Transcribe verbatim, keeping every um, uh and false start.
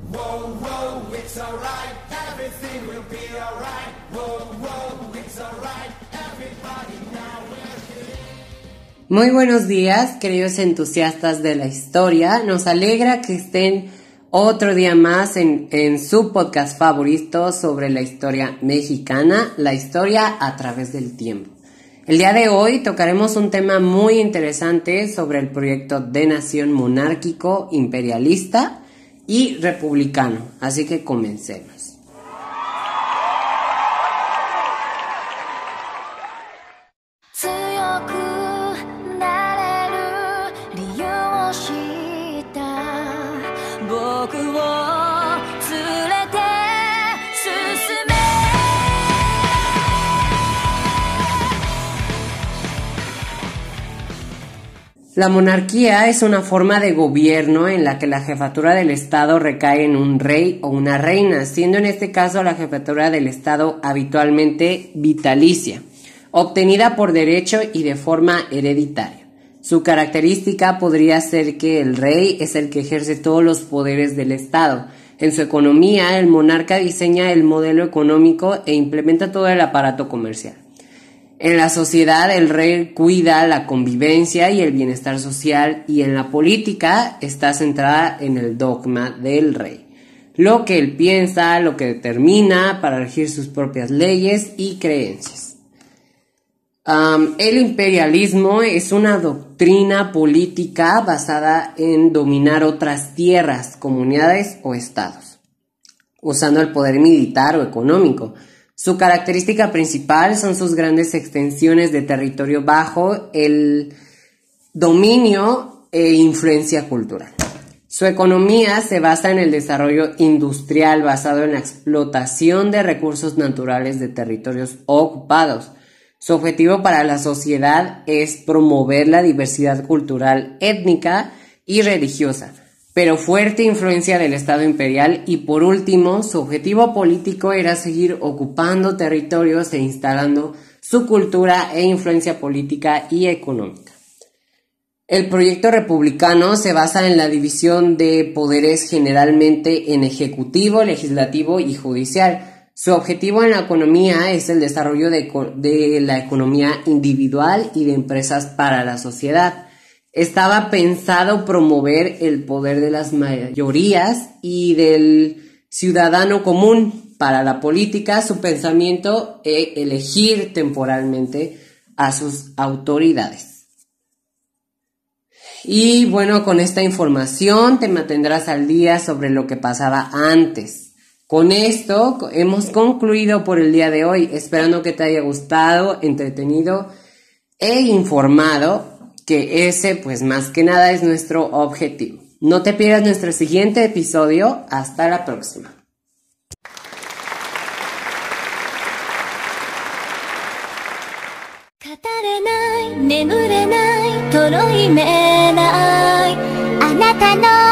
Whoa, whoa, it's alright, everything will be alright. Whoa, whoa, it's alright, everybody now we're here. Muy buenos días, queridos entusiastas de la historia. Nos alegra que estén otro día más en, en su podcast favorito sobre la historia mexicana, la historia a través del tiempo. El día de hoy tocaremos un tema muy interesante sobre el proyecto de nación monárquico, imperialista y republicano. Así que comencemos. La monarquía es una forma de gobierno en la que la jefatura del Estado recae en un rey o una reina, siendo en este caso la jefatura del Estado habitualmente vitalicia, obtenida por derecho y de forma hereditaria. Su característica podría ser que el rey es el que ejerce todos los poderes del Estado. En su economía, el monarca diseña el modelo económico e implementa todo el aparato comercial. En la sociedad, el rey cuida la convivencia y el bienestar social, y en la política está centrada en el dogma del rey, lo que él piensa, lo que determina para regir sus propias leyes y creencias. Um, el imperialismo es una doctrina política basada en dominar otras tierras, comunidades o estados, usando el poder militar o económico. Su característica principal son sus grandes extensiones de territorio bajo el dominio e influencia cultural. Su economía se basa en el desarrollo industrial basado en la explotación de recursos naturales de territorios ocupados. Su objetivo para la sociedad es promover la diversidad cultural, étnica y religiosa, pero fuerte influencia del Estado imperial, y por último, su objetivo político era seguir ocupando territorios e instalando su cultura e influencia política y económica. El proyecto republicano se basa en la división de poderes generalmente en ejecutivo, legislativo y judicial. Su objetivo en la economía es el desarrollo de, de la economía individual y de empresas para la sociedad. Estaba pensado promover el poder de las mayorías y del ciudadano común. Para la política, su pensamiento es elegir temporalmente a sus autoridades. Y bueno, con esta información te mantendrás al día sobre lo que pasaba antes. Con esto hemos concluido por el día de hoy, esperando que te haya gustado, entretenido e informado, que ese, pues más que nada, es nuestro objetivo. No te pierdas nuestro siguiente episodio. Hasta la próxima. A